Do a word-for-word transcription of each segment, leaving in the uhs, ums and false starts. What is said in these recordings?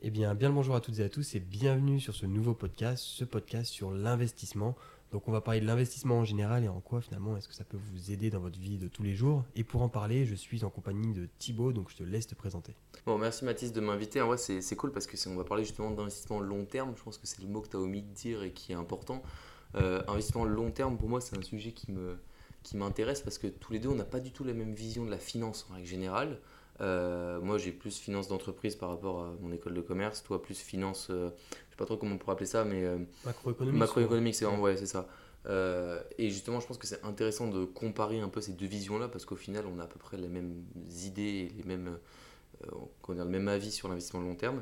Eh bien, bien le bonjour à toutes et à tous et bienvenue sur ce nouveau podcast, ce podcast sur l'investissement. Donc on va parler de l'investissement en général et en quoi finalement est-ce que ça peut vous aider dans votre vie de tous les jours. Et pour en parler, je suis en compagnie de Thibaut, donc je te laisse te présenter. Bon, merci Mathis de m'inviter. En vrai, c'est, c'est cool parce que c'est, on va parler justement d'investissement long terme. Je pense que c'est le mot que tu as omis de dire et qui est important. Euh, investissement long terme, pour moi, c'est un sujet qui, me, qui m'intéresse parce que tous les deux, on n'a pas du tout la même vision de la finance en règle générale. Euh, moi, j'ai plus finance d'entreprise par rapport à mon école de commerce. Toi, plus finance, euh, je sais pas trop comment on pourrait appeler ça, mais euh, Macroéconomie souvent. macroéconomique, c'est Ouais. vraiment, ouais, c'est ça. Euh, et justement, je pense que c'est intéressant de comparer un peu ces deux visions-là parce qu'au final, on a à peu près les mêmes idées et les mêmes euh, comment dire, le même avis sur l'investissement long terme.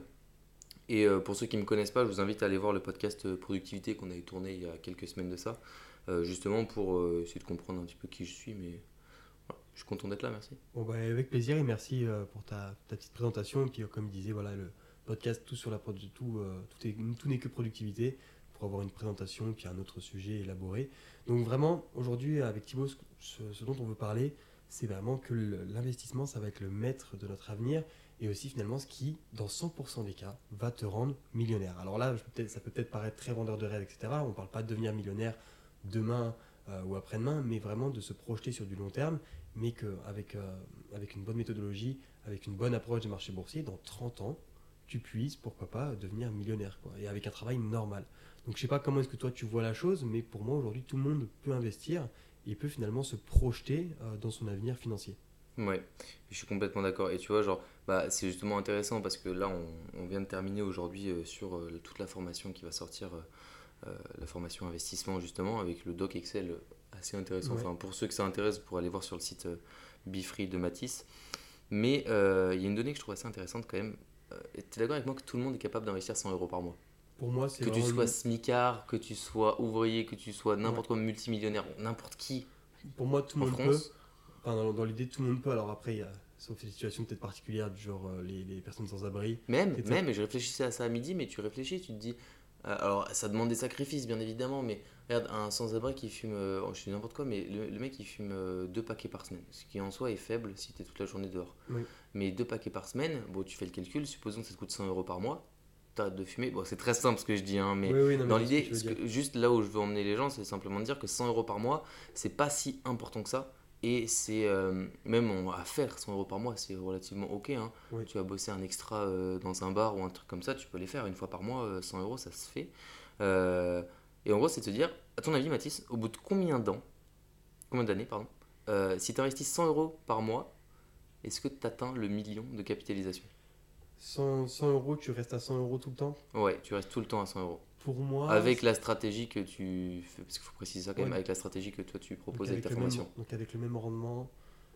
Et euh, pour ceux qui ne me connaissent pas, je vous invite à aller voir le podcast euh, Productivité qu'on avait tourné il y a quelques semaines de ça, euh, justement pour euh, essayer de comprendre un petit peu qui je suis. Mais voilà, je suis content d'être là, merci. Bon bah avec plaisir et merci euh, pour ta, ta petite présentation. Et puis euh, comme je disais, voilà, le podcast tout sur la prod- tout, euh, tout, est- tout n'est que productivité pour avoir une présentation et puis un autre sujet élaboré. Donc vraiment, aujourd'hui avec Thibaut, ce, ce- ce dont on veut parler, c'est vraiment que le- l'investissement, ça va être le maître de notre avenir et aussi finalement ce qui, dans cent pour cent des cas, va te rendre millionnaire. Alors là, je peux peut-être- ça peut peut-être paraître très vendeur de rêve, et cetera. On ne parle pas de devenir millionnaire demain euh, ou après-demain, mais vraiment de se projeter sur du long terme mais qu'avec euh, avec une bonne méthodologie, avec une bonne approche des marchés boursiers, dans trente ans, tu puisses, pourquoi pas, devenir millionnaire, quoi, et avec un travail normal. Donc je sais pas comment est-ce que toi tu vois la chose, mais pour moi aujourd'hui tout le monde peut investir et peut finalement se projeter euh, dans son avenir financier. Ouais, je suis complètement d'accord. Et tu vois, genre, bah, c'est justement intéressant parce que là, on, on vient de terminer aujourd'hui euh, sur euh, toute la formation qui va sortir, euh, euh, la formation investissement justement, avec le doc Excel euh, assez intéressant. Ouais. Enfin, pour ceux que ça intéresse, pour aller voir sur le site euh, Bifree de Matisse. Mais euh, il y a une donnée que je trouve assez intéressante quand même. Euh, tu es d'accord avec moi que tout le monde est capable d'investir cent euros par mois? Pour moi c'est Que tu vraiment sois le- smicard, que tu sois ouvrier, que tu sois ouais. n'importe quoi multimillionnaire, n'importe qui Pour moi tout le en monde peut. France. Enfin, dans, dans l'idée tout le monde peut. Alors après il y a sauf les situations peut-être particulières du genre euh, les, les personnes sans abri. Même, Peut-être ça. même, et je réfléchissais à ça à midi, mais tu réfléchis, tu te dis. euh, alors, ça demande des sacrifices, bien évidemment, mais regarde, un sans-abri qui fume, euh, oh, je dis n'importe quoi, mais le, le mec qui fume euh, deux paquets par semaine, ce qui en soi est faible si tu es toute la journée dehors. Oui. Mais deux paquets par semaine, bon, tu fais le calcul, supposons que ça te coûte cent euros par mois, t'arrêtes de fumer. Bon, c'est très simple ce que je dis, hein, mais Oui, oui, non mais dans je vois ce que l'idée, tu veux ce dire. que- juste là où je veux emmener les gens, c'est simplement de dire que cent euros par mois, c'est pas si important que ça. Et c'est euh, même on- à faire cent euros par mois, c'est relativement ok, hein. Oui. Tu vas bosser un extra euh, dans un bar ou un truc comme ça, tu peux les faire une fois par mois, euh, cent euros, ça se fait. Euh, et en gros, c'est de te dire, à ton avis, Mathis, au bout de combien d'ans, combien d'années, pardon, euh, si tu investis cent euros par mois, est-ce que tu atteins le million de capitalisation? cent, cent euros, tu restes à cent euros tout le temps. Ouais, tu restes tout le temps à cent euros. Pour moi, Avec la stratégie que tu fais, parce qu'il faut préciser ça quand même, ouais, avec la stratégie que toi tu donc proposes avec avec ta le même, formation. donc avec le même rendement,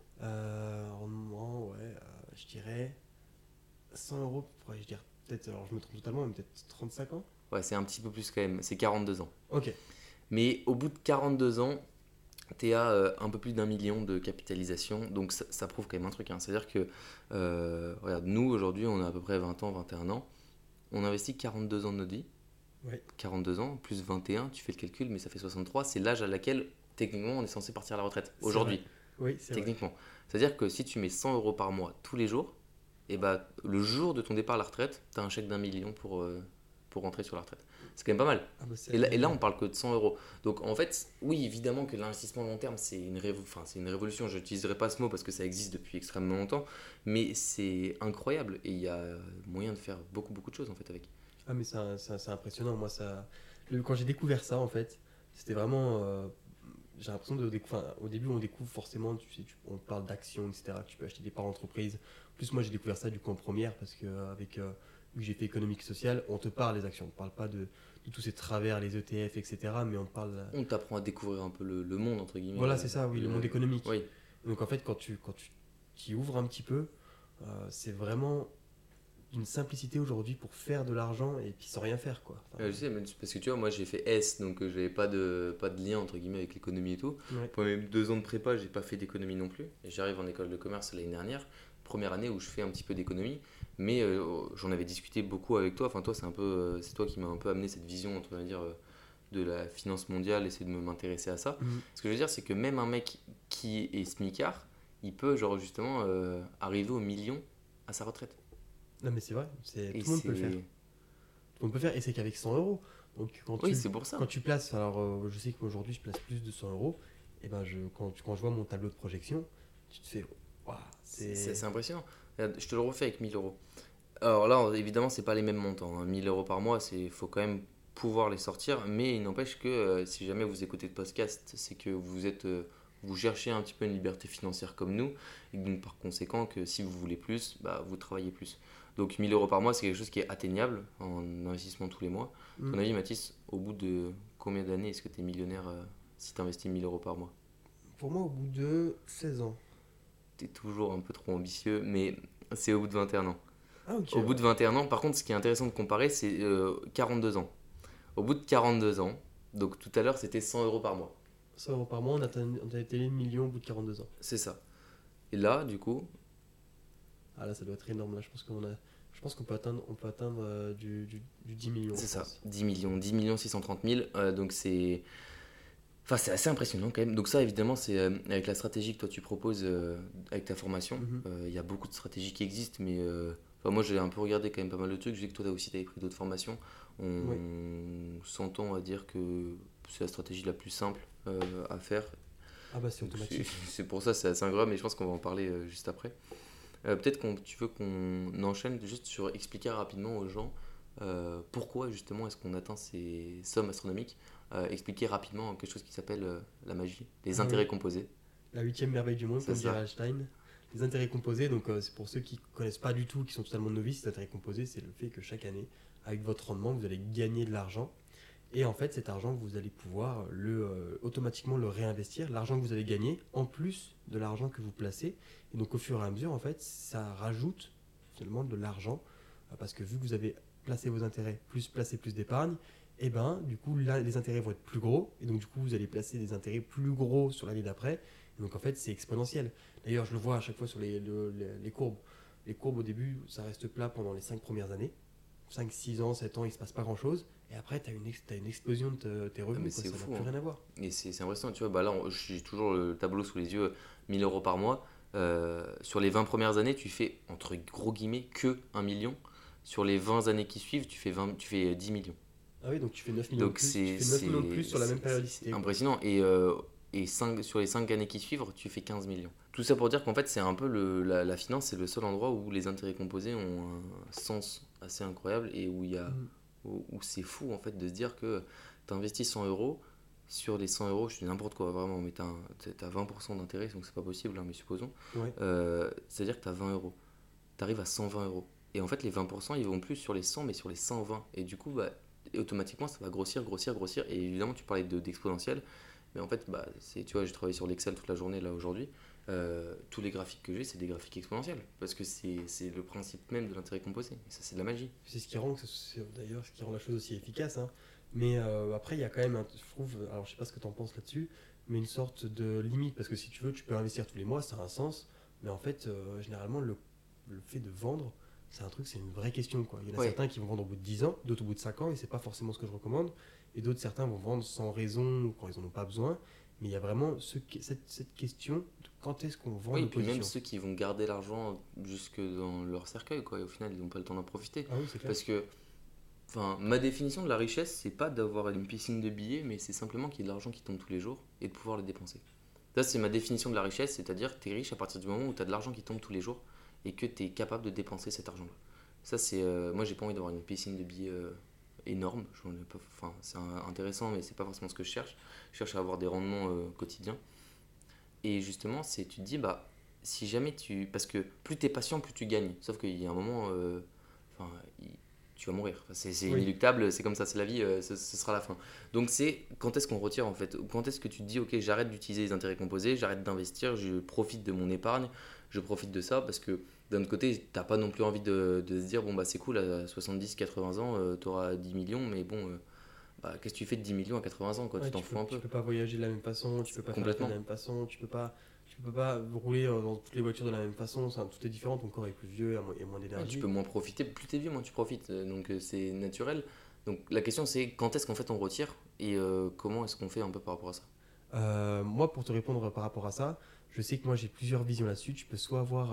euh, rendement, ouais, euh, je dirais cent euros, pourrais je dire peut-être, alors je me trompe totalement, mais peut-être trente-cinq ans. Ouais, c'est un petit peu plus quand même, c'est quarante-deux ans. Ok, Mais au bout de quarante-deux ans, tu es à euh, un peu plus d'un million de capitalisation, donc ça, ça prouve quand même un truc, hein. C'est-à-dire que, euh, regarde, nous aujourd'hui, on a à peu près vingt ans, vingt et un ans, on investit quarante-deux ans de notre vie, ouais, quarante-deux ans, plus vingt et un, tu fais le calcul, mais ça fait soixante-trois, c'est l'âge à laquelle, techniquement, on est censé partir à la retraite, c'est vrai. aujourd'hui, Oui, c'est vrai. techniquement. C'est-à-dire que si tu mets cent euros par mois tous les jours, et bah, le jour de ton départ à la retraite, tu as un chèque d'un million pour, euh, pour rentrer sur la retraite. C'est quand même pas mal. Ah bah c'est, Et là, et là, on parle que de cent euros. Donc en fait, oui, évidemment que l'investissement long terme, c'est une, révo- enfin, c'est une révolution. Je n'utiliserai pas ce mot parce que ça existe depuis extrêmement longtemps, mais c'est incroyable et il y a moyen de faire beaucoup, beaucoup de choses en fait avec. ah mais c'est, c'est- c'est impressionnant. Moi, ça, le- quand j'ai découvert ça, en fait, c'était vraiment, euh, j'ai l'impression de découvrir. Enfin, au début, on découvre forcément, tu sais, tu- on parle d'actions, et cetera. Que tu peux acheter des parts d'entreprise. En plus, moi, j'ai découvert ça du coup en première parce que euh, avec euh, vu que j'ai fait économique et social, on te parle des actions. On ne parle pas de, de tous ces travers, les E T F, et cetera. Mais on te parle. On t'apprend à découvrir un peu le, le monde, entre guillemets. Voilà, euh, c'est ça, oui, le monde le- économique. Oui, Donc en fait, quand tu, quand tu t'y ouvres un petit peu, euh, c'est vraiment d'une simplicité aujourd'hui pour faire de l'argent et puis sans rien faire, quoi. Enfin, Euh, je sais, mais tu- parce que tu vois, moi j'ai fait S, donc euh, j'avais pas de, pas de lien entre guillemets avec l'économie et tout. ouais. Pour mes deux ans de prépa, j'ai pas fait d'économie non plus. Et j'arrive en école de commerce l'année dernière, première année où je fais un petit peu d'économie. Mais euh, j'en avais discuté beaucoup avec toi. Enfin, toi, c'est un peu, euh, c'est toi qui m'as un peu amené cette vision, on va dire, euh, de la finance mondiale, essayer de me- m'intéresser à ça. Mhm. Ce que je veux dire, c'est que même un mec qui est smicard, il peut, genre, justement, euh, arriver au million à sa retraite. Non, mais c'est vrai, c'est, Et tout le monde peut le faire. c'est... Tout le monde peut le faire, et c'est qu'avec cent euros. Donc, quand Oui, tu, c'est pour ça. quand tu places, alors euh, je sais qu'aujourd'hui, je place plus de cent euros, et ben, je, quand, tu- quand je vois mon tableau de projection, tu te fais, waouh, C'est c'est c'est. assez impressionnant. Regarde, je te le refais avec mille euros. Alors là, évidemment, c'est pas les mêmes montants, hein. mille euros par mois, il faut quand même pouvoir les sortir. Mais il n'empêche que euh, si jamais vous écoutez le podcast, c'est que vous êtes, euh, vous cherchez un petit peu une liberté financière comme nous. Et donc, par conséquent, que si vous voulez plus, bah, vous travaillez plus. Donc mille euros par mois, c'est quelque chose qui est atteignable en investissement tous les mois. À Hmm. ton avis, Mathis, au bout de combien d'années est-ce que tu es millionnaire euh, si tu investis mille euros par mois? Pour moi, au bout de seize ans. Tu es toujours un peu trop ambitieux, mais c'est au bout de vingt et un ans. Ah, ok, Au bout ouais. de vingt et un ans, par contre, ce qui est intéressant de comparer, c'est euh, quarante-deux ans. Au bout de quarante-deux ans, donc tout à l'heure, c'était cent euros par mois. cent euros par mois, on a, atteint- on a été les millions au bout de quarante-deux ans. C'est ça. Et là, du coup, Ah là, ça doit être énorme. Là, je pense qu'on a, je pense qu'on peut atteindre, on peut atteindre euh, du, du, du dix millions, c'est je ça, pense. dix millions, dix millions six cent trente mille. Euh, donc c'est. Enfin, c'est assez impressionnant quand même. Donc, ça, évidemment, c'est euh, avec la stratégie que toi tu proposes euh, avec ta formation. Mhm. Euh, Il y a beaucoup de stratégies qui existent, mais euh, enfin, moi j'ai un peu regardé quand même pas mal de trucs. Je sais que toi aussi tu avais pris d'autres formations. Oui. On s'entend à dire que c'est la stratégie la plus simple euh, à faire. Ah bah c'est Donc c'est automatique. c'est pour ça, c'est assez incroyable, mais je pense qu'on va en parler euh, juste après. Euh, peut-être qu'on tu veux qu'on enchaîne juste sur expliquer rapidement aux gens euh, pourquoi justement est-ce qu'on atteint ces sommes astronomiques. Euh, expliquer rapidement quelque chose qui s'appelle euh, la magie, les Ah intérêts oui. composés. La huitième merveille du monde, C'est comme dirait ça. Einstein. Les intérêts composés, donc euh, c'est pour ceux qui connaissent pas du tout, qui sont totalement novices, les intérêts composés, c'est le fait que chaque année, avec votre rendement, vous allez gagner de l'argent. Et en fait, cet argent, vous allez pouvoir le, euh, automatiquement le réinvestir. L'argent que vous avez gagné, en plus de l'argent que vous placez. Et donc, au fur et à mesure, en fait, ça rajoute seulement de l'argent. euh, Parce que vu que vous avez placé vos intérêts, plus placé plus d'épargne, et ben, du coup, là, les intérêts vont être plus gros. Et donc, du coup, vous allez placer des intérêts plus gros sur l'année d'après. Et donc, en fait, c'est exponentiel. D'ailleurs, je le vois à chaque fois sur les, le- les- les courbes. Les courbes, au début, ça reste plat pendant les cinq premières années. Cinq, six ans, sept ans, il se passe pas grand chose. Et après, tu as une, ex- t'as une explosion de te- tes Ah, mais revenus, quoi. c'est Ça n'a fou, plus hein. rien à voir. Et c'est c'est impressionnant, tu vois. Bah là, on- j'ai toujours le tableau sous les yeux, mille euros par mois. Euh, sur les vingt premières années, tu fais entre gros guillemets que un million. Sur les vingt années qui suivent, tu fais, vingt tu fais dix millions. Ah oui, donc tu fais neuf millions de Donc plus. Tu c'est fais neuf millions de plus c'est- sur la même c'est- c'est- c'est périodicité, quoi. impressionnant. Et, euh, et cinq sur les cinq années qui suivent, tu fais quinze millions. Tout ça pour dire qu'en fait, c'est un peu le, la, la finance, c'est le seul endroit où les intérêts composés ont un sens assez incroyable et où, il y a, Mm. où, où c'est fou en fait de se dire que tu investis cent euros. Sur les cent euros, je dis n'importe quoi vraiment, mais tu as vingt pour cent d'intérêt, donc c'est pas possible, hein, mais supposons. Ouais. Euh, C'est-à-dire que tu as vingt euros. Tu arrives à cent vingt euros. Et en fait, les vingt pour cent, ils vont plus sur les cent, mais sur les cent vingt. Et du coup, bah, automatiquement, ça va grossir, grossir, grossir. Et évidemment, tu parlais de- d'exponentiel. Mais en fait, bah, c'est, tu vois, j'ai travaillé sur l'Excel toute la journée là aujourd'hui. Euh, tous les graphiques que j'ai, c'est des graphiques exponentiels. Parce que c'est c'est le principe même de l'intérêt composé. Et ça, c'est de la magie. C'est ce qui rend, que ce- c'est d'ailleurs ce qui rend la chose aussi efficace, hein. Mais euh, après, il y a quand même, un- je trouve, alors je sais pas ce que tu en penses là-dessus, mais une sorte de limite. Parce que si tu veux, tu peux investir tous les mois, ça a un sens. Mais en fait, euh, généralement, le, le fait de vendre, c'est un truc, c'est une vraie question, quoi. Il y en a Ouais. certains qui vont vendre au bout de dix ans, d'autres au bout de cinq ans, et c'est pas forcément ce que je recommande. Et d'autres, certains vont vendre sans raison ou quand ils en ont pas besoin. Mais il y a vraiment ce, cette, cette question de quand est-ce qu'on vend Oui, et nos puis même positions. ceux qui vont garder l'argent jusque dans leur cercueil, quoi. Et au final, ils n'ont pas le temps d'en profiter. Ah oui, c'est clair. Parce que enfin, ma définition de la richesse, c'est pas d'avoir une piscine de billets, mais c'est simplement qu'il y ait de l'argent qui tombe tous les jours et de pouvoir le dépenser. Ça, c'est ma définition de la richesse, c'est-à-dire que tu es riche à partir du moment où tu as de l'argent qui tombe tous les jours et que tu es capable de dépenser cet argent-là. Ça, c'est. Euh, moi, j'ai pas envie d'avoir une piscine de billets euh, énorme. J'en ai pas, enfin, c'est un- intéressant, mais c'est pas forcément ce que je cherche. Je cherche à avoir des rendements euh, quotidiens. Et justement, c'est tu te dis, bah, si jamais tu. Parce que plus tu es patient, plus tu gagnes. Sauf qu'il y a un moment. euh, Enfin, il- tu vas mourir. Enfin, c'est c'est Oui. inéluctable, c'est comme ça, c'est la vie, euh, ce, ce sera la fin. Donc, c'est quand est-ce qu'on retire en fait? Quand est-ce que tu te dis, ok, j'arrête d'utiliser les intérêts composés, j'arrête d'investir, je profite de mon épargne, je profite de ça parce que d'un autre côté, t'as pas non plus envie de, de se dire, bon, bah, c'est cool, à soixante-dix quatre-vingts ans, tu auras dix millions, mais bon. euh, bah, qu'est-ce que tu fais de dix millions à quatre-vingts ans quoi? Ouais, Tu t'en tu peux, fous un tu peu. peux pas voyager de la même façon, tu peux pas faire la fête de Complètement. la même façon, tu peux pas, tu peux pas rouler euh, dans toutes les voitures de la même façon, ça, tout est différent, ton corps est plus vieux, il y a moins, il y a moins Ouais, tu peux d'énergie. moins profiter, plus t'es vieux, moins tu profites, euh, donc euh, c'est naturel. Donc la question c'est quand est-ce qu'en fait on retire et euh, comment est-ce qu'on fait un peu par rapport à ça? Euh, moi, pour te répondre par rapport à ça, je sais que moi j'ai plusieurs visions là-dessus. Tu peux soit avoir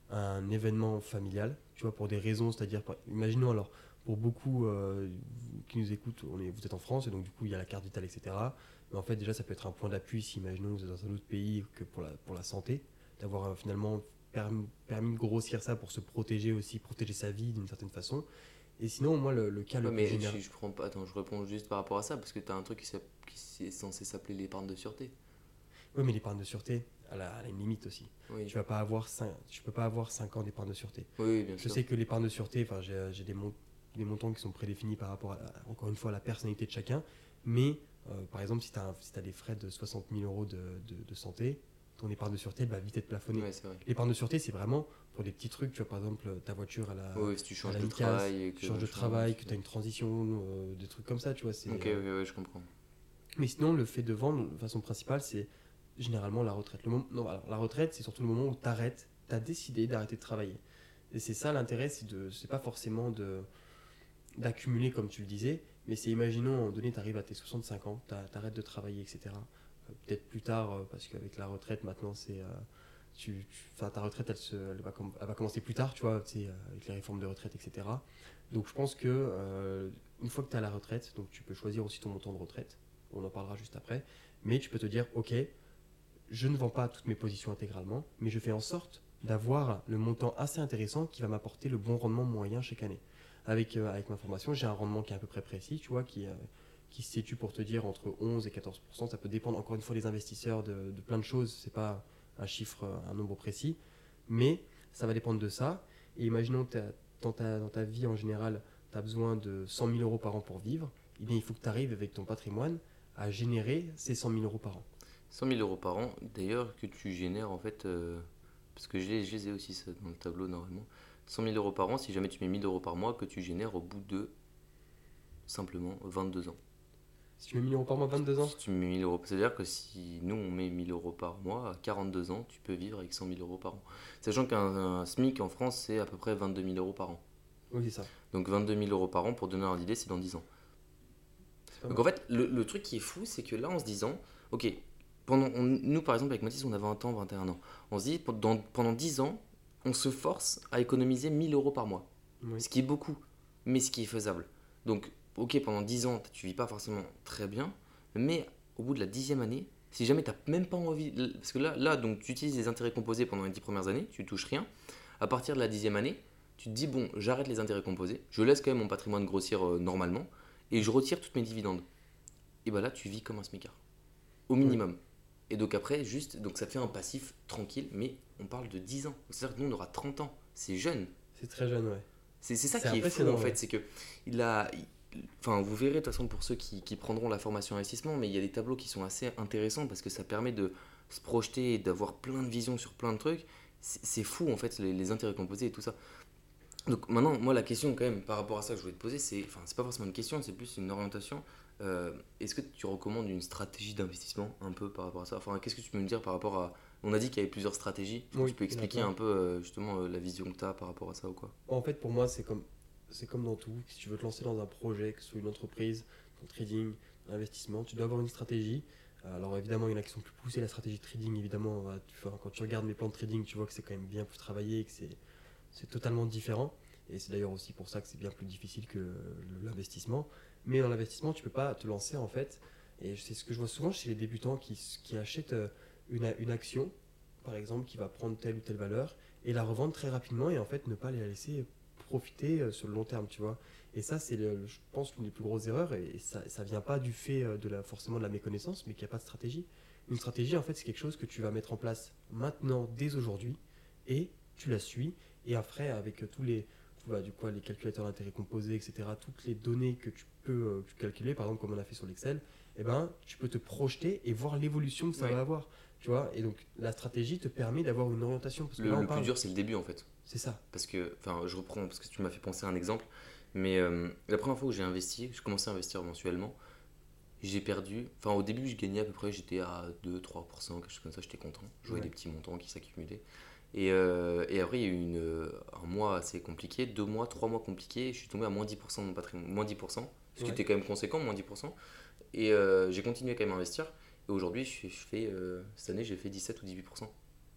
un événement familial, tu vois, pour des raisons, c'est-à-dire, par- imaginons alors, pour beaucoup euh, qui nous écoutent, on est, vous êtes en France, et donc du coup, il y a la carte vitale, et cetera. Mais en fait, déjà, ça peut être un point d'appui si, imaginons, vous êtes dans un autre pays que pour la, pour la santé, d'avoir euh, finalement permis, permis de grossir ça pour se protéger aussi, protéger sa vie d'une certaine façon. Et sinon, moi, le, le cas le Ouais, plus mais je, général. je prends pas. Attends, je réponds juste par rapport à ça parce que t'as un truc qui, s'app- qui est censé s'appeler l'épargne de sûreté. Oui, mais l'épargne de sûreté, elle a, elle a une limite aussi. Oui, Tu vas pas avoir cinq, tu peux pas avoir cinq ans d'épargne de sûreté. oui, oui, bien Je sûr. sais que l'épargne de sûreté, enfin, j'ai, j'ai des, mon- des montants qui sont prédéfinis par rapport, à, la- encore une fois, à la personnalité de chacun. Mais, euh, par exemple, si tu as, si t'as des frais de soixante mille euros de, de- de santé, ton épargne de sûreté, elle va vite être plafonnée. Ouais, c'est vrai. L'épargne de sûreté, c'est vraiment pour des petits trucs. Tu vois, par exemple, ta voiture, elle Oui, a, oui, si tu elle changes a de une casse, travail et tu que changes de machin. travail, que tu- tu as une transition, euh, des trucs comme ça, tu vois. C'est, Ok, euh, ouais, ouais, je comprends. mais sinon, le fait de vendre, de façon principale, c'est généralement la retraite. Le moment- non, alors, la retraite, c'est surtout le moment où tu arrêtes, tu as décidé d'arrêter de travailler. Et c'est ça l'intérêt, c'est de, c'est pas forcément de, d'accumuler comme tu le disais, mais c'est imaginons, à un moment donné, tu arrives à tes soixante-cinq ans, tu arrêtes de travailler, et cetera. Euh, peut-être plus tard, euh, parce qu'avec la retraite, maintenant, c'est. euh, tu, tu- enfin, ta retraite, elle, se, elle, va, com- elle va commencer plus tard, tu vois, tu sais, euh, avec les réformes de retraite, et cetera. Donc je pense que euh, une fois que tu es à la retraite, donc tu peux choisir aussi ton montant de retraite, on en parlera juste après, mais tu peux te dire, ok, je ne vends pas toutes mes positions intégralement, mais je fais en sorte d'avoir le montant assez intéressant qui va m'apporter le bon rendement moyen chaque année. Avec, euh, avec ma formation, j'ai un rendement qui est à peu près précis, tu vois, qui, euh, qui se situe pour te dire entre onze et quatorze pour cent. Ça peut dépendre encore une fois des investisseurs, de, de plein de choses, c'est pas un chiffre, un nombre précis, mais ça va dépendre de ça. Et imaginons que dans ta, dans ta vie en général, tu as besoin de cent mille euros par an pour vivre, eh bien, il faut que tu arrives avec ton patrimoine à générer ces cent mille euros par an. cent mille euros par an, d'ailleurs, que tu génères en fait. euh, parce que je les, je les ai aussi ça, dans le tableau normalement. cent mille euros par an, si jamais tu mets mille euros par mois, que tu génères au bout de simplement vingt-deux ans. Si tu mets mille euros par mois, vingt-deux ans. Si tu mets mille euros, c'est-à-dire que si nous on met mille euros par mois, à quarante-deux ans, tu peux vivre avec cent mille euros par an. Sachant qu'un un SMIC en France, c'est à peu près vingt-deux mille euros par an. Oui, c'est ça. Donc vingt-deux mille euros par an, pour donner un ordre d'idée, c'est dans dix ans. C'est pas Donc mal. en fait, le, le truc qui est fou, c'est que là, en se disant, ok, pendant, on- nous par exemple avec Mathis, on a vingt ans, vingt et un ans. On se dit, pendant, pendant dix ans, on se force à économiser mille euros par mois. Oui. Ce qui est beaucoup, mais ce qui est faisable. Donc, ok, pendant dix ans, tu vis pas forcément très bien, mais au bout de la dixième année, si jamais tu n'as même pas envie. Parce que là, là donc, tu utilises les intérêts composés pendant les dix premières années, tu touches rien. À partir de la dixième année, tu te dis, bon, j'arrête les intérêts composés, je laisse quand même mon patrimoine grossir euh, normalement, et je retire toutes mes dividendes. Et bien là, tu vis comme un smicard, au Oui. minimum. Et donc après, juste, donc ça te fait un passif tranquille, mais on parle de dix ans. C'est-à-dire que nous, on aura trente ans. C'est jeune. C'est très jeune, ouais. C'est c'est ça C'est qui est fou impressionnant, en fait, ouais. c'est que il a, il- enfin vous verrez de toute façon pour ceux qui, qui prendront la formation investissement, mais il y a des tableaux qui sont assez intéressants parce que ça permet de se projeter et d'avoir plein de visions sur plein de trucs. C'est c'est fou en fait les, les intérêts composés et tout ça. Donc maintenant, moi la question quand même par rapport à ça que je voulais te poser, c'est, enfin c'est pas forcément une question, c'est plus une orientation. Euh, Est-ce que tu recommandes une stratégie d'investissement un peu par rapport à ça? Enfin qu'est-ce que tu peux me dire par rapport à, on a dit qu'il y avait plusieurs stratégies. Est-ce que Oui, tu peux il y en a expliquer plein. un peu euh, justement euh, la vision que tu as par rapport à ça ou quoi? En fait, pour moi, c'est comme, c'est comme dans tout. Si tu veux te lancer dans un projet, que ce soit une entreprise, un trading, un investissement, tu dois avoir une stratégie. Alors évidemment, il y en a qui sont plus poussés. La stratégie de trading, évidemment, bah, tu vois, quand tu regardes mes plans de trading, tu vois que c'est quand même bien plus travaillé et que c'est, c'est totalement différent. Et c'est d'ailleurs aussi pour ça que c'est bien plus difficile que le- l'investissement. Mais dans l'investissement, tu peux pas te lancer en fait. Et c'est ce que je vois souvent chez les débutants qui, s- qui achètent euh, une, a- une action, par exemple, qui va prendre telle ou telle valeur et la revendre très rapidement et en fait ne pas la laisser profiter euh, sur le long terme, tu vois. Et ça, c'est, le- je pense, l'une des plus grosses erreurs et ça, ça vient pas du fait euh, de la, forcément de la méconnaissance, mais qu'il n'y a pas de stratégie. Une stratégie, en fait, c'est quelque chose que tu vas mettre en place maintenant, dès aujourd'hui, et tu la suis. Et après, avec euh, tous les, tout, bah, du coup, les calculateurs d'intérêt composé, et cetera, toutes les données que tu peux euh, calculer, par exemple, comme on a fait sur l'Excel, eh ben, tu peux te projeter et voir l'évolution que ça Ouais. va avoir. Tu vois, et donc la stratégie te permet d'avoir une orientation. Parce que Le, là, on le plus parle. dur c'est le début en fait. C'est ça. Parce que, enfin, je reprends parce que tu m'as fait penser à un exemple, mais euh, la première fois où j'ai investi, je commençais à investir mensuellement, j'ai perdu, enfin au début je gagnais à peu près, j'étais à deux trois pour cent, quelque chose comme ça, j'étais content, je voyais Ouais. des petits montants qui s'accumulaient. Et, euh, et après il y a eu une, euh, un mois assez compliqué, deux mois, trois mois compliqués, je suis tombé à moins dix pour cent de mon patrimoine, moins dix pour cent, ce qui Ouais. était quand même conséquent, moins dix pour cent. Et euh, j'ai continué quand même à investir, et aujourd'hui je, fais- je fais, euh, cette année j'ai fait dix-sept ou dix-huit pour cent.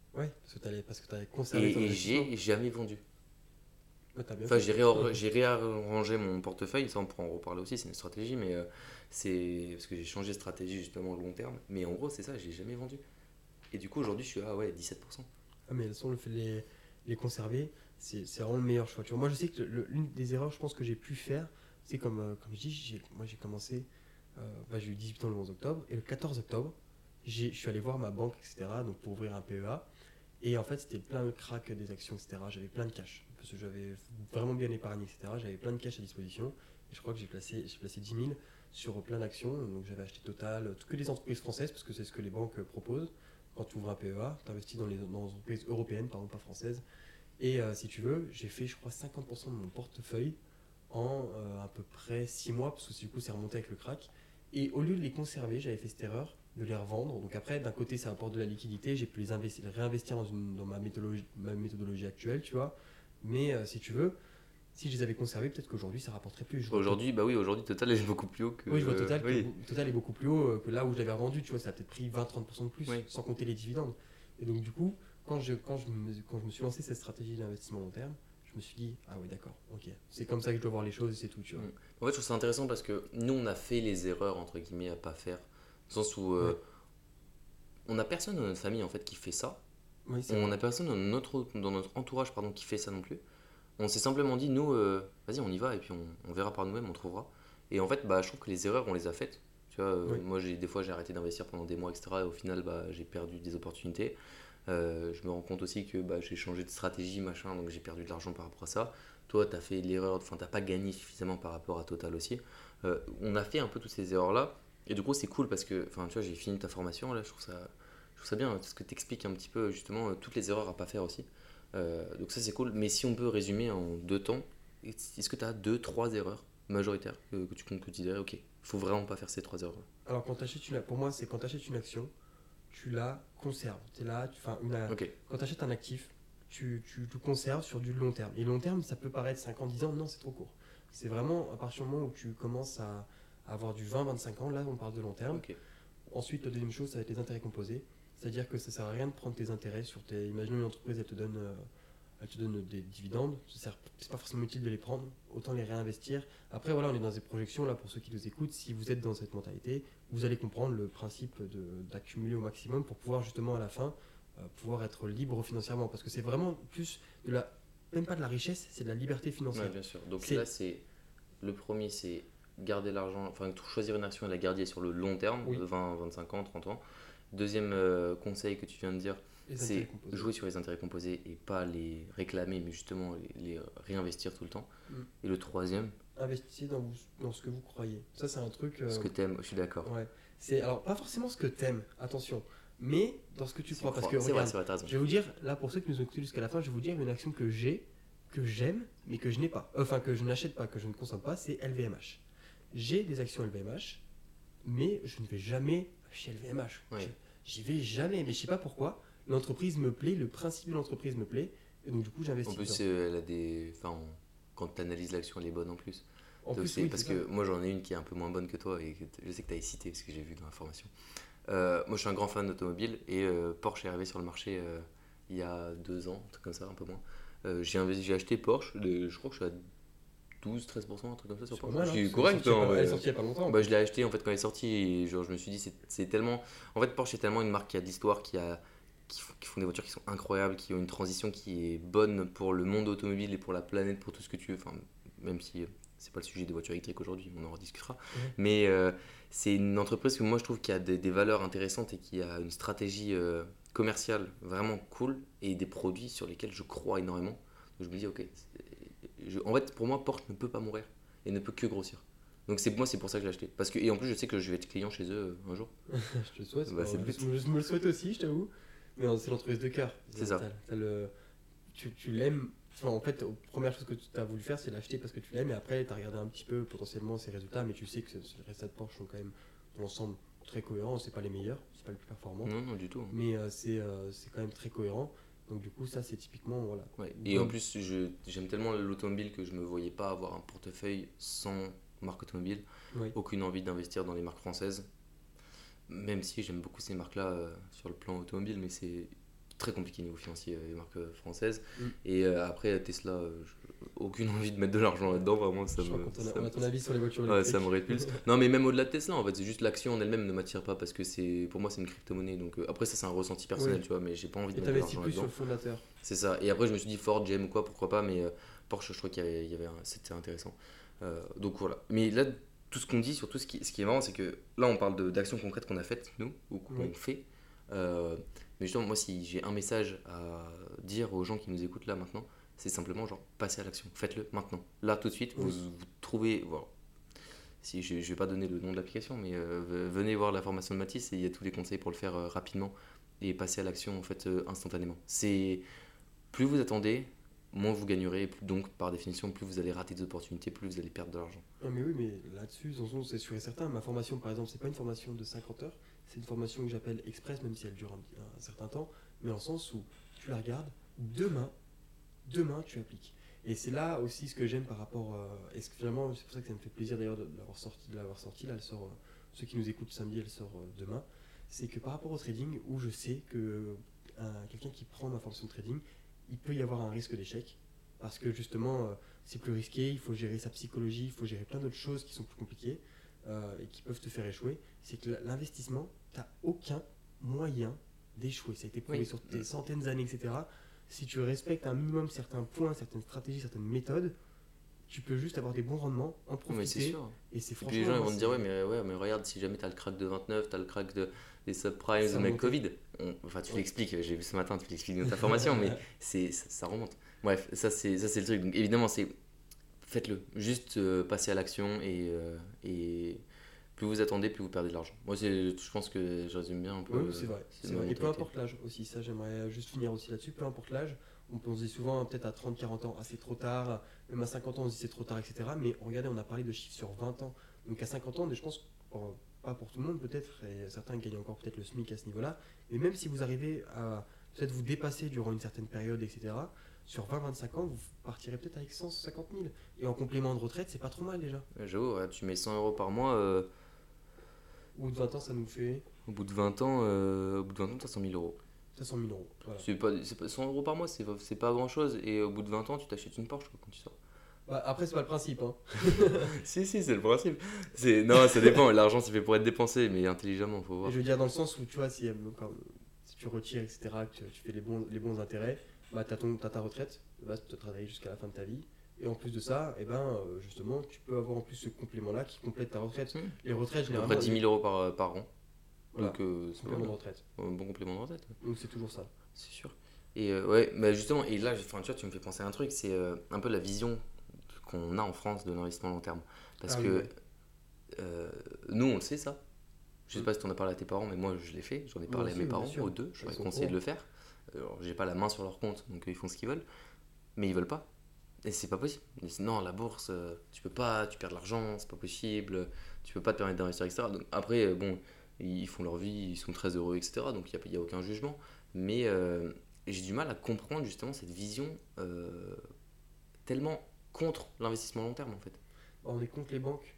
Ouais, parce que tu parce que t'avais conservé Et, ton et investissement. j'ai jamais vendu. Ouais, t'as bien Enfin, fait. j'ai réor- j'ai réarrangé mon portefeuille, ça on pourra en reparler aussi, c'est une stratégie, mais euh, c'est parce que j'ai changé de stratégie justement long terme. Mais en gros, c'est ça, j'ai jamais vendu. Et du coup, aujourd'hui, je suis à ouais, dix-sept pour cent. Ah, mais de toute façon, le fait de les, les conserver, c'est c'est vraiment le meilleur choix. Tu vois, moi, je sais que le- l'une des erreurs, je pense, que j'ai pu faire, c'est comme, euh, comme je dis, j'ai- moi, j'ai commencé, euh, bah, j'ai eu dix-huit ans le onze octobre, et le quatorze octobre, j'ai- je suis allé voir ma banque, et cetera, donc pour ouvrir un P E A. Et en fait, c'était plein de crack des actions, et cetera. J'avais plein de cash, parce que j'avais vraiment bien épargné, et cetera. J'avais plein de cash à disposition. Et je crois que j'ai placé, j'ai placé dix mille sur plein d'actions. Donc j'avais acheté Total, que des entreprises françaises, parce que c'est ce que les banques proposent. Quand tu ouvres un P E A, tu investis dans les, dans les entreprises européennes, pardon, pas françaises. Et euh, si tu veux, j'ai fait, je crois, cinquante pour cent de mon portefeuille en euh, à peu près six mois, parce que du coup, c'est remonté avec le crack. Et au lieu de les conserver, j'avais fait cette erreur de les revendre. Donc après, d'un côté, ça apporte de la liquidité, j'ai pu les, investir, les réinvestir dans, une, dans ma, méthodologie, ma méthodologie actuelle, tu vois. Mais euh, si tu veux, si je les avais conservés, peut-être qu'aujourd'hui, ça rapporterait plus. Je vois Tot- Aujourd'hui, bah oui, aujourd'hui, Total est beaucoup plus haut que. oui, je vois euh, Total, que, oui, Total est beaucoup plus haut euh, que là où je l'avais revendu, tu vois, ça a peut-être pris vingt à trente pour cent de plus, oui. sans compter les dividendes. Et donc, du coup, quand je, quand je, me, quand je me suis lancé cette stratégie d'investissement long terme, je me suis dit, ah ouais, d'accord, ok, c'est comme ça que je dois voir les choses et c'est tout, tu vois. Mm. En fait, je trouve ça intéressant parce que nous, on a fait les erreurs, entre guillemets, à pas faire. Dans le sens où Ouais, euh, on n'a personne dans notre famille, en fait, qui fait ça. oui, c'est On vrai. n'a personne dans notre, dans notre entourage, pardon, qui fait ça non plus. On s'est simplement dit, nous, euh, vas-y, on y va et puis on, on verra par nous-mêmes, on trouvera. Et en fait, bah, je trouve que les erreurs, on les a faites. Tu vois, euh, Oui, moi, j'ai, des fois, j'ai arrêté d'investir pendant des mois, et cetera. Et au final, bah, j'ai perdu des opportunités. Euh, je me rends compte aussi que bah, j'ai changé de stratégie, machin, donc j'ai perdu de l'argent par rapport à ça. Toi, tu as fait l'erreur, enfin, tu pas gagné suffisamment par rapport à Total aussi. Euh, on a fait un peu toutes ces erreurs-là. Et du coup, c'est cool parce que, enfin, tu vois, j'ai fini ta formation, là, je trouve ça, je trouve ça bien, parce que tu expliques un petit peu, justement, euh, toutes les erreurs à pas faire aussi. Euh, donc ça, c'est cool. Mais si on peut résumer en deux temps, est-ce que tu as deux, trois erreurs majoritaires que, que tu comptes que tu dirais, ok, faut vraiment pas faire ces trois erreurs-là. alors quand t'achètes une, pour moi, c'est quand tu achètes une action, tu la conserves. T'es là, tu, enfin, une, Ok, quand tu achètes un actif, tu, tu, tu conserves sur du long terme. Et long terme, ça peut paraître cinq ans, dix ans, non, c'est trop court. C'est vraiment à partir du moment où tu commences à, à avoir du vingt, vingt-cinq ans, là, on parle de long terme. ok. Ensuite, la deuxième chose, ça va être les intérêts composés. C'est-à-dire que ça sert à rien de prendre tes intérêts sur tes. Imaginons une entreprise, elle te donne, euh, elle te donne des dividendes. Ce n'est pas forcément utile de les prendre. Autant les réinvestir. Après, voilà, on est dans des projections. Là, pour ceux qui nous écoutent, si vous êtes dans cette mentalité, vous allez comprendre le principe de- d'accumuler au maximum pour pouvoir justement à la fin euh, pouvoir être libre financièrement. Parce que c'est vraiment plus de la. Même pas de la richesse, c'est de la liberté Ouais, financière. bien sûr. Donc C'est. là, c'est le premier, c'est garder l'argent, enfin choisir une action et la garder sur le long terme, Oui, vingt, vingt-cinq ans, trente ans. Deuxième euh, conseil que tu viens de dire, les intérêts c'est composés. jouer sur les intérêts composés et pas les réclamer, mais justement les, les réinvestir tout le temps. Mm. Et le troisième, Investissez dans, vous- dans ce que vous croyez. Ça, c'est un truc. ce euh, que t'aimes, je suis d'accord. Ouais. C'est alors pas forcément ce que t'aimes, attention, mais dans ce que tu Si crois. on Parce croit. que C'est vrai, regarde, c'est vrai, t'as raison. je vais vous dire, là pour ceux qui nous ont écoutés jusqu'à la fin, je vais vous dire une action que j'ai, que j'aime, mais que je n'ai pas. Enfin, que je n'achète pas, que je ne consomme pas, c'est L V M H. J'ai des actions L V M H, mais je ne vais jamais chez L V M H. Ouais. Je- J'y vais jamais, mais je sais pas pourquoi. L'entreprise me plaît, le principe de l'entreprise me plaît, et donc du coup En j'investis dedans. plus, euh, elle a des. Enfin, on- quand tu analyses l'action, elle est bonne en plus. En Donc plus, c'est oui, parce c'est ça. que moi j'en ai une qui est un peu moins bonne que toi et que t- je sais que tu as cité parce que j'ai vu dans la formation. Euh, moi je suis un grand fan d'automobile et euh, Porsche est arrivé sur le marché euh, il y a deux ans, un truc comme ça, un peu moins. Euh, j'ai investi- j'ai acheté Porsche, de- je crois que je suis à douze treize pour cent, un truc comme ça sur C'est pas Porsche. mal, Je hein, suis parce qu'elle est correct, sortie il y a hein, pas- elle est ouais. sortie il y a pas longtemps. en Bah, je plus. l'ai acheté en fait quand elle est sortie et genre, je me suis dit c'est, c'est tellement. En fait, Porsche est tellement une marque qui a de l'histoire, qui, a, qui, font, qui font des voitures qui sont incroyables, qui ont une transition qui est bonne pour le monde automobile et pour la planète, pour tout ce que tu veux. Enfin, même si euh, c'est pas le sujet des voitures électriques aujourd'hui, on en rediscutera. Ouais. Mais euh, c'est une entreprise que moi je trouve qui a des, des valeurs intéressantes et qui a une stratégie euh, commerciale vraiment cool et des produits sur lesquels je crois énormément. Donc je me dis, ok, c'est- je- en fait pour moi, Porsche ne peut pas mourir et ne peut que grossir. Donc c'est moi c'est pour ça que je l'ai acheté. Parce que, et en plus je sais que je vais être client chez eux euh, un jour. Je te le souhaite. Bah, Bon, c'est le je, but. je me le souhaite aussi, je t'avoue. Mais non, c'est l'entreprise de cœur. C'est ça. T'as- t'as le- tu tu l'aimes. Enfin, en fait, la première chose que tu as voulu faire, c'est l'acheter parce que tu l'aimes. Et après, tu as regardé un petit peu potentiellement ses résultats. Mais tu sais que ce- les résultats de Porsche sont quand même, dans l'ensemble, très cohérents. C'est pas les meilleurs, c'est pas les plus performants. Non, non, du tout. Mais euh, c'est euh, c'est quand même très cohérent. Donc, du coup, ça, c'est typiquement. Voilà. Ouais. Et en plus, je, j'aime tellement l'automobile que je me voyais pas avoir un portefeuille sans marque automobile. Oui. Aucune envie d'investir dans les marques françaises. Même si j'aime beaucoup ces marques-là euh, sur le plan automobile, mais c'est très compliqué niveau financier, euh, les marques euh, françaises. Mm. Et euh, après, Tesla, euh, j'ai aucune envie de mettre de l'argent là-dedans, vraiment, ça Je crois me. qu'on ça a, on me- a ton avis sur les voitures Ouais, électriques. ça me répulse. Non, mais même au-delà de Tesla, en fait, c'est juste l'action en elle-même ne m'attire pas parce que c'est, pour moi, c'est une crypto-monnaie. Donc euh, après, ça, c'est un ressenti personnel, Oui. tu vois, mais j'ai pas envie de Et mettre de t'investis l'argent plus sur là-dedans. le fondateur. C'est ça. Et après, je me suis dit Ford, G M ou quoi, pourquoi pas, mais euh, Porsche, je crois qu'il y avait, il y avait un- c'était intéressant. Euh, donc voilà. Mais là, tout ce qu'on dit, surtout ce qui, ce qui est marrant, c'est que là, on parle de- d'actions concrètes qu'on a faites, nous, ou qu'on Oui. fait. Euh, mais justement, moi, si j'ai un message à dire aux gens qui nous écoutent là maintenant, c'est simplement genre, passez à l'action, faites-le maintenant. Là, tout de suite, vous, Oui. vous trouvez. Voilà. Si, je ne vais pas donner le nom de l'application, mais euh, ve- venez voir la formation de Mathis et il y a tous les conseils pour le faire euh, rapidement et passer à l'action en fait euh, instantanément. C'est plus vous attendez, moins vous gagnerez, et plus- donc par définition, plus vous allez rater des opportunités, plus vous allez perdre de l'argent. Ah, mais oui, mais là-dessus, de toute façon, c'est sûr et certain. Ma formation, par exemple, c'est pas une formation de cinquante heures, c'est une formation que j'appelle express, même si elle dure un, un certain temps, mais dans le sens où tu la regardes, demain, demain, tu appliques. Et c'est là aussi ce que j'aime par rapport. Euh, et ce que finalement, c'est pour ça que ça me fait plaisir d'ailleurs de, de l'avoir sorti, de l'avoir sorti. Là, elle sort. Euh, ceux qui nous écoutent samedi, elle sort euh, demain. C'est que par rapport au trading, où je sais que un- quelqu'un qui prend ma formation de trading, il peut y avoir un risque d'échec. Parce que justement, euh, c'est plus risqué, il faut gérer sa psychologie, il faut gérer plein d'autres choses qui sont plus compliquées euh, et qui peuvent te faire échouer. C'est que l'investissement, tu n'as aucun moyen d'échouer. Ça a été prouvé Oui. sur des centaines d'années, et cetera. Si tu respectes un minimum certains points, certaines stratégies, certaines méthodes, tu peux juste avoir des bons rendements, en Mais c'est profiter. sûr. Et c'est Et franchement. puis les gens ils moi, vont te dire c'est- ouais mais, ouais mais regarde si jamais t'as le crack de vingt-neuf, t'as le crack de, des subprimes, Ça de mec remonte. Covid. On- enfin tu Ouais. l'expliques, j'ai vu ce matin, tu l'expliques dans ta formation, mais c'est, ça, ça remonte. Bref, ça c'est, ça c'est le truc. Donc évidemment c'est faites-le. Juste euh, passez à l'action et, euh, et plus vous attendez, plus vous perdez de l'argent. Moi c'est, je pense que je résume bien un peu. Oui, euh, c'est vrai. c'est c'est ma vrai. Et peu mentalité. importe l'âge aussi, ça j'aimerais juste finir aussi là-dessus, peu importe l'âge, on pense souvent peut-être à trente quarante ans, ah, c'est trop tard, même à cinquante ans on se dit c'est trop tard, et cetera. Mais regardez, on a parlé de chiffres sur vingt ans. Donc à cinquante ans, je pense, pour- pas pour tout le monde peut-être, et certains gagnent encore peut-être le SMIC à ce niveau-là, mais même si vous arrivez à peut-être vous dépasser durant une certaine période, et cetera, sur vingt vingt-cinq ans, vous partirez peut-être avec cent cinquante mille. Et en complément de retraite, c'est pas trop mal déjà. Euh, J'avoue, ouais, tu mets cent euros par mois, euh, Au bout de vingt ans, ça nous fait au bout de vingt ans, euh, au bout de vingt ans t'as cent mille euros. cinq cent mille euros. Voilà. C'est pas, c'est pas cent euros par mois, c'est, c'est pas grand chose. Et au bout de vingt ans, tu t'achètes une Porsche quoi, quand tu sors. Bah, après, c'est pas le principe, hein. Si, si, c'est le principe. C'est... Non, ça dépend. L'argent, c'est fait pour être dépensé, mais intelligemment, faut Et voir. je veux dire, dans le sens où, tu vois, si, euh, quand- si tu retires, et cetera, que tu, tu fais les bons, les bons intérêts, bah, tu as ta retraite, bah, tu dois travailler jusqu'à la fin de ta vie. Et en plus de ça, eh ben, euh, justement, tu peux avoir en plus ce complément-là qui complète ta retraite. Hmm. Les retraites, À peu généralement, près dix mille euros par, par an. voilà, Donc, euh, c'est pas complément de mal. retraite. Un bon complément de retraite, Donc c'est toujours ça. c'est sûr. Et euh, ouais, bah justement, et là, enfin, tu vois, tu me fais penser à un truc, c'est euh, un peu la vision qu'on a en France de l'investissement long terme. Parce Ah oui, que ouais. euh, nous, on le sait ça. Je sais pas si tu en as parlé à tes parents, mais moi, je l'ai fait. J'en ai Moi parlé aussi, à mes bien parents, sûr. aux deux. Je Ils leur ai sont conseillé au de le faire. Alors, j'ai pas la main sur leur compte, donc euh, ils font ce qu'ils veulent. Mais ils veulent pas. Et c'est pas possible. Ils disent, non, la bourse, euh, tu peux pas, tu perds de l'argent, c'est pas possible, tu peux pas te permettre d'investir, et cetera. Donc, après, euh, bon, ils font leur vie, ils sont très heureux, et cetera. Donc il n'y a, y a aucun jugement. Mais euh, j'ai du mal à comprendre justement cette vision euh, tellement contre l'investissement long terme en fait. Bah, on est contre les banques.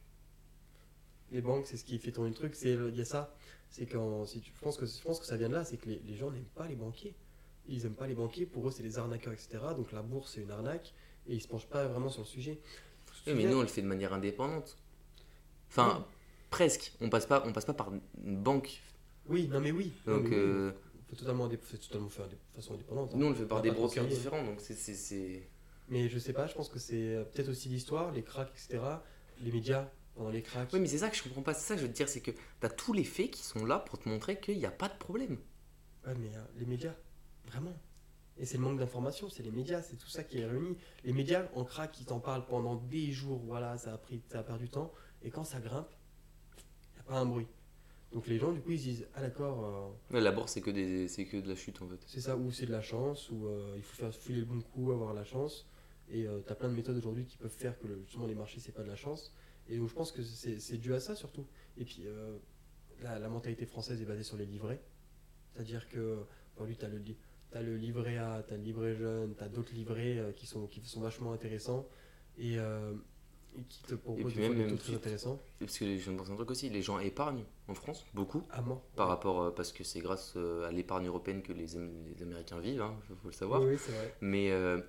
Les banques, c'est ce qui fait tourner le truc. C'est il y a ça. C'est quand si tu, je pense que je pense que ça vient de là, c'est que les, les gens n'aiment pas les banquiers. Ils aiment pas les banquiers. Pour eux, c'est des arnaqueurs, et cetera. Donc la bourse, c'est une arnaque et ils se penchent pas vraiment sur le sujet. Faut se Oui, mais souvenir- nous on le fait de manière indépendante. Enfin, Non. presque. On passe pas, on passe pas par une banque. Oui, non mais oui. Non, Donc mais oui, euh, on fait totalement, indép- c'est totalement fait indép- de façon indépendante. hein. nous on le fait par On des va pas brokers conseiller. différents. Donc c'est, c'est, c'est... Mais je sais pas. Je pense que c'est euh, peut-être aussi l'histoire, les cracks, et cetera. Les médias pendant les cracks. Oui, mais c'est ça que je comprends pas. C'est ça que je veux te dire, c'est que t'as tous les faits qui sont là pour te montrer qu'il n'y a pas de problème. Ouais, mais euh, les médias, vraiment. Et c'est le manque d'information, c'est les médias, c'est tout ça qui est réuni. Les médias, en crack, ils t'en parlent pendant des jours, voilà, ça a, pris, ça a perdu du temps. Et quand ça grimpe, il n'y a pas un bruit. Donc les gens, du coup, ils se disent, ah d'accord, euh, Ouais, la bourse c'est que, des, c'est que de la chute en fait. c'est ça, ou c'est de la chance, ou euh, il faut faire filer le bon coup, avoir la chance. Et euh, tu as plein de méthodes aujourd'hui qui peuvent faire que le- justement les marchés, c'est pas de la chance. Et donc je pense que c'est c'est dû à ça surtout. Et puis euh, la, la mentalité française est basée sur les livrets. C'est-à-dire que pour lui, tu as le, li- t'as le livret A, tu as le livret jeune, tu as d'autres livrets euh, qui, sont, qui sont vachement intéressants. Et, euh, Et qui te Et propose puis des fois même, des même taux très tu- intéressants. parce que je viens de penser à un truc aussi, les gens épargnent en France, beaucoup, À mort. par Ouais. rapport, euh, parce que c'est grâce euh, à l'épargne européenne que les, Am- les Américains vivent, hein, faut le Oui, savoir. oui, c'est vrai. Mais, euh,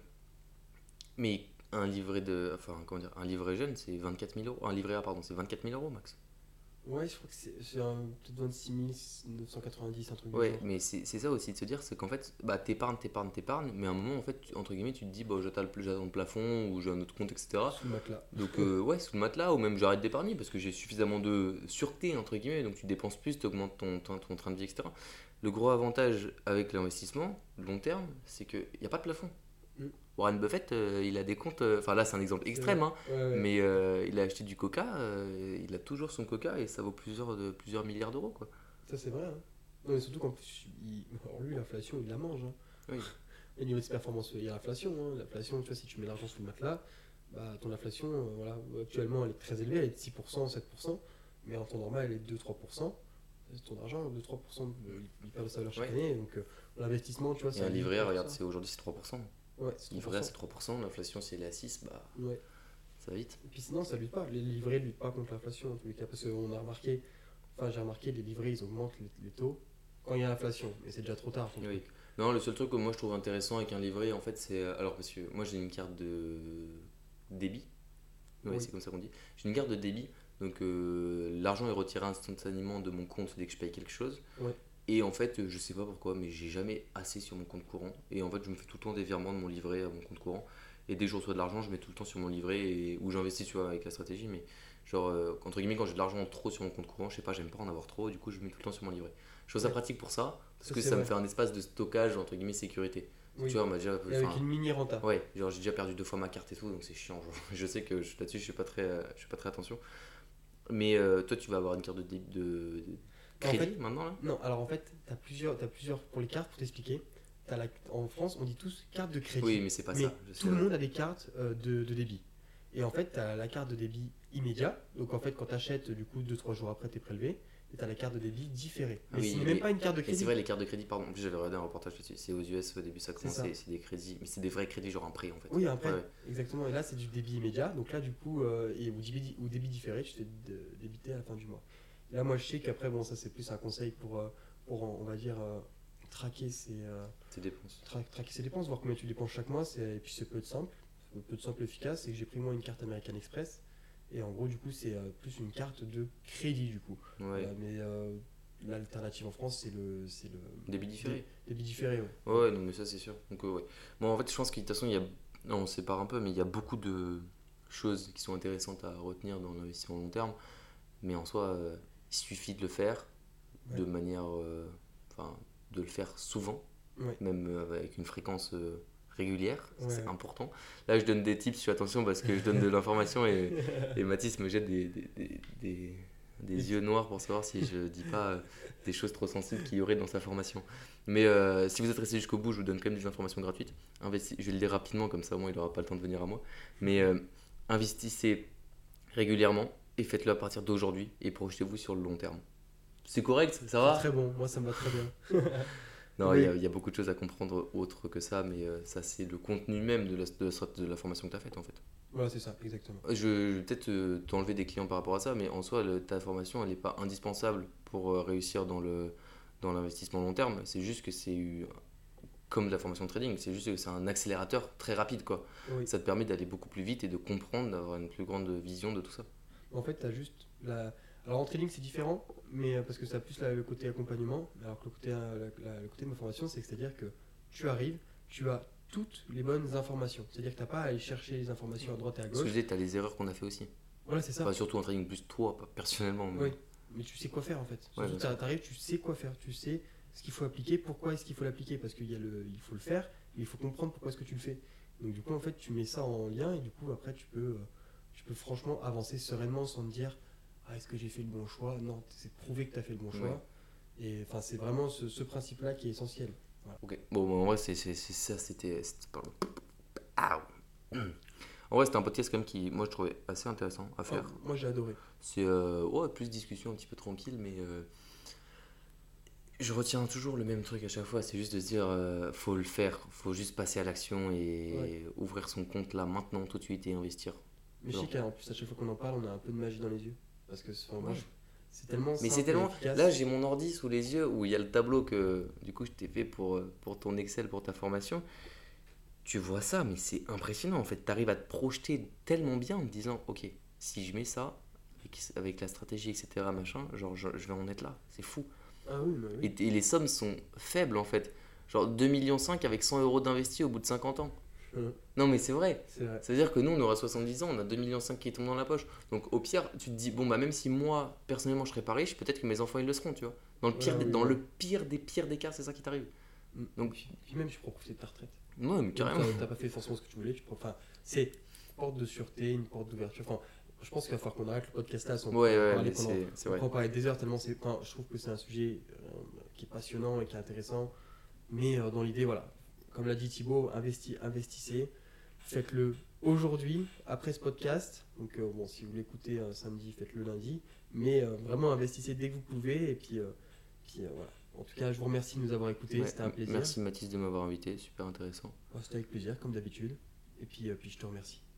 mais un livret de, enfin, comment dire, un livret jeune, c'est vingt-quatre mille euros. Un livret A, pardon, c'est vingt-quatre mille euros max. Ouais, je crois que c'est c'est un- peut-être vingt-six mille neuf cent quatre-vingt-dix, un truc du Ouais, genre. mais c'est c'est ça aussi de se dire, c'est qu'en fait, bah, t'épargnes, t'épargnes, t'épargnes, mais à un moment, en fait, tu- entre guillemets, tu te dis, bah, j'attends le, j'attends le plafond ou j'ai un autre compte, et cetera. Sous le matelas. Donc, euh, ouais, sous le matelas, ou même j'arrête d'épargner parce que j'ai suffisamment de sûreté, entre guillemets, donc tu dépenses plus, tu augmentes ton, ton, ton train de vie, et cetera. Le gros avantage avec l'investissement, long terme, c'est qu'il n'y a pas de plafond. Mm. Warren Buffett, euh, il a des comptes, euh, enfin là, c'est un exemple C'est extrême, vrai. hein, Ouais, ouais. mais euh, il a acheté du coca, euh, il a toujours son coca et ça vaut plusieurs, de, plusieurs milliards d'euros, quoi. Ça, c'est vrai. Hein. Non, mais surtout qu'en plus, il... alors lui, l'inflation, il la mange. Hein. Oui, Au niveau de ses performances, il y a l'inflation. Hein. L'inflation, tu vois, si tu mets l'argent sous le matelas, bah, ton inflation, euh, voilà, actuellement, elle est très élevée, elle est de six pour cent, sept pour cent. Mais en temps normal, elle est de deux à trois pour cent. C'est ton argent, deux à trois pour cent, euh, il perd de sa valeur chaque Ouais. année. Donc, euh, l'investissement, tu vois, et c'est un livret A, huit pour cent. regarde, c'est aujourd'hui c'est trois pour cent. Ouais, c'est Livret A, c'est trois pour cent. trois pour cent, l'inflation, si elle est à six, bah, Ouais. ça va vite. Et puis sinon, ça lutte pas. Les livrets ne luttent pas contre l'inflation, en tous les cas. Parce qu'on a remarqué, enfin, j'ai remarqué, les livrets, ils augmentent les, les taux quand il y a l'inflation. Mais c'est déjà trop tard. ton Oui. truc. Non, le seul truc que moi je trouve intéressant avec un livret, en fait, c'est. euh, Alors, parce que moi j'ai une carte de débit. Ouais, Oui. c'est comme ça qu'on dit. J'ai une carte de débit, donc euh, l'argent est retiré instantanément de mon compte dès que je paye quelque chose. Ouais. Et en fait, je sais pas pourquoi, mais j'ai jamais assez sur mon compte courant. Et en fait, je me fais tout le temps des virements de mon livret à mon compte courant. Et dès que je reçois de l'argent, je mets tout le temps sur mon livret et, où j'investis, tu vois, avec la stratégie. Mais genre, euh, entre guillemets, quand j'ai de l'argent trop sur mon compte courant, je sais pas, j'aime pas en avoir trop. Du coup, je mets tout le temps sur mon livret. Je trouve ça Ouais. pratique pour ça, parce Ça, que c'est ça me vrai. fait un espace de stockage, entre guillemets, sécurité. Oui. Tu vois, on m'a déjà. Et avec Enfin, une mini renta. ouais, genre j'ai déjà perdu deux fois ma carte et tout, donc c'est chiant. Genre. Je sais que je- là-dessus, je fais pas très, euh, je fais pas très attention. Mais euh, toi, tu vas avoir une carte de, dé- de, de En crédit fait, maintenant là. non, alors en fait, tu as plusieurs, t'as plusieurs. Pour les cartes, pour t'expliquer, t'as la- en France, on dit tous carte de crédit. Oui, mais c'est pas Mais ça. Je sais. tout le monde a des cartes euh, de, de débit. Et en fait, tu as la carte de débit immédiat. Donc en fait, quand tu achètes, du coup, deux trois jours après, tu es prélevé. Et tu as la carte de débit différée. Mais Oui, c'est mais- même pas une carte de Et c'est crédit. vrai, les cartes de crédit, pardon, en plus j'avais regardé un reportage là-dessus, c'est aux U S au début ça C'est ça. commençait, c'est des crédits, mais c'est des vrais crédits, genre un prêt en fait. Oui, après, Ouais, ouais. exactement. Et là, c'est du débit immédiat. Donc là, du coup, euh, et, ou, débit, ou débit différé, tu t'es de- débité à la fin du mois. Et là, moi, je sais qu'après, bon, ça, c'est plus un conseil pour, euh, pour on va dire, euh, traquer ses, euh, Tes dépenses. tra- traquer ses dépenses, voir combien tu dépenses chaque mois. C'est- Et puis, c'est peu de simple. Peu de simple efficace. C'est que j'ai pris, moi, une carte American Express. Et en gros, du coup, c'est euh, plus une carte de crédit, du coup. Ouais. Voilà, mais euh, l'alternative en France, c'est le, c'est le Débit différé. débit différé. Ouais. Ouais, ouais, non, mais ça c'est sûr. Donc, euh, ouais. Bon, en fait, je pense que de toute façon, il y a. Non, on sépare un peu, mais il y a beaucoup de choses qui sont intéressantes à retenir dans l'investissement long terme. Mais en soi, euh, il suffit de le faire de Ouais. manière. euh, Enfin, de le faire souvent, Ouais. même euh, avec une fréquence euh, régulière, ça, Ouais, c'est ouais. important. Là, je donne des tips, je fais attention parce que je donne de l'information et, et Mathis me jette des, des, des, des- des yeux noirs pour savoir si je dis pas euh, des choses trop sensibles qu'il y aurait dans sa formation. Mais euh, si vous êtes resté jusqu'au bout, je vous donne quand même des informations gratuites. Investi- je vais le dire rapidement, comme ça au moins il n'aura pas le temps de venir à moi. Mais euh, investissez régulièrement et faites-le à partir d'aujourd'hui et projetez-vous sur le long terme. C'est correct, ça C'est va? très bon. Moi, ça me va très bien. Non, Oui. il y, a- il y a beaucoup de choses à comprendre autre que ça, mais euh, ça c'est le contenu même de la, de la, strat- de la formation que tu as faite en fait. Voilà, c'est ça, exactement. Je, je vais peut-être euh, t'enlever des clients par rapport à ça, mais en soi, le- ta formation elle n'est pas indispensable pour euh, réussir dans le dans l'investissement long terme. C'est juste que c'est eu- comme de la formation de trading, c'est juste que c'est un accélérateur très rapide quoi. Oui. Ça te permet d'aller beaucoup plus vite et de comprendre, d'avoir une plus grande vision de tout ça. En fait, tu as juste la. Alors en trading, c'est différent, mais euh, parce que ça a plus la- le côté accompagnement, alors que le côté, euh, la- la- le côté de ma formation, c'est que c'est-à-dire que tu arrives, tu as toutes les bonnes informations. C'est-à-dire que tu n'as pas à aller chercher les informations à droite et à Ce que je gauche. disais, tu as les erreurs qu'on a fait aussi. Voilà, c'est ça. Enfin, surtout en trading, plus toi, pas personnellement. Mais... Oui, mais tu sais quoi faire en fait. Ouais, Surtout, bien sûr. tu arrives, tu sais quoi faire, tu sais ce qu'il faut appliquer, pourquoi est-ce qu'il faut l'appliquer, parce qu'il y a le, il faut le faire, il faut comprendre pourquoi est-ce que tu le fais. Donc du coup, en fait, tu mets ça en lien et du coup, après, tu peux, euh, tu peux franchement avancer sereinement sans te dire, ah, est-ce que j'ai fait le bon choix? Non, c'est prouvé que tu as fait le bon choix. Et enfin, c'est vraiment ce, ce principe-là qui est essentiel. Voilà. Ok, bon, bon, en vrai, c'est c'est- c'est ça, c'était. c'était- Pardon. Ah. En vrai, c'était un podcast quand même qui, moi, je trouvais assez intéressant à faire. Oh, moi, j'ai adoré. C'est euh, ouais, plus discussion un petit peu tranquille, mais euh, je retiens toujours le même truc à chaque fois. C'est juste de se dire, euh, faut le faire, faut juste passer à l'action et Ouais. ouvrir son compte là, maintenant, tout de suite et investir. Mais je sais qu'en plus, à chaque fois qu'on en parle, on a un peu de magie dans les yeux. Parce que enfin, moi, Ouais. je- c'est tellement Mais simple c'est et tellement. efficace. Là, j'ai mon ordi sous les yeux où il y a le tableau que du coup je t'ai fait pour, euh, pour ton Excel, pour ta formation. Tu vois ça, mais c'est impressionnant en fait. Tu arrives à te projeter tellement bien en te disant, ok, si je mets ça, avec, avec la stratégie, et cetera, machin, genre je, je vais en être là. C'est fou. Ah oui, bah oui. Et, et les sommes sont faibles en fait. Genre deux virgule cinq millions avec cent euros d'investis au bout de cinquante ans. Euh, Non, mais c'est vrai. c'est vrai. Ça veut dire que nous, on aura soixante-dix ans, on a deux virgule cinq millions qui tombent dans la poche. Donc au pire, tu te dis, bon, bah même si moi, personnellement, je serais pas riche, peut-être que mes enfants, ils le seront, tu vois. Dans le pire, Ouais, des, oui, dans ouais. le pire des pires des cas, c'est ça qui t'arrive. Mm. Donc- Puis, puis même, tu pourras profiter de ta retraite. Ouais, mais Donc, carrément. t'as- T'as pas fait forcément ce que tu voulais. Tu prends- Enfin, c'est une porte de sûreté, une porte d'ouverture. Enfin, je pense qu'il va falloir qu'on arrête le podcast là. Si on Ouais, peut en ouais, parler mais pendant. c'est c'est On vrai. peut en parler des heures tellement c'est. Enfin, je trouve que c'est un sujet euh, qui est passionnant et qui est intéressant. Mais euh, dans l'idée, voilà. Comme l'a dit Thibaut, investi, investissez. Faites-le aujourd'hui, après ce podcast. Donc, euh, bon, si vous l'écoutez un samedi, faites-le lundi. Mais euh, vraiment, investissez dès que vous pouvez. Et puis, euh, puis euh, voilà. En tout cas, je vous remercie de nous avoir écoutés. Ouais, C'était un plaisir. Merci Mathis de m'avoir invité, super intéressant. Ouais, c'était avec plaisir, comme d'habitude. Et puis, euh, puis je te remercie.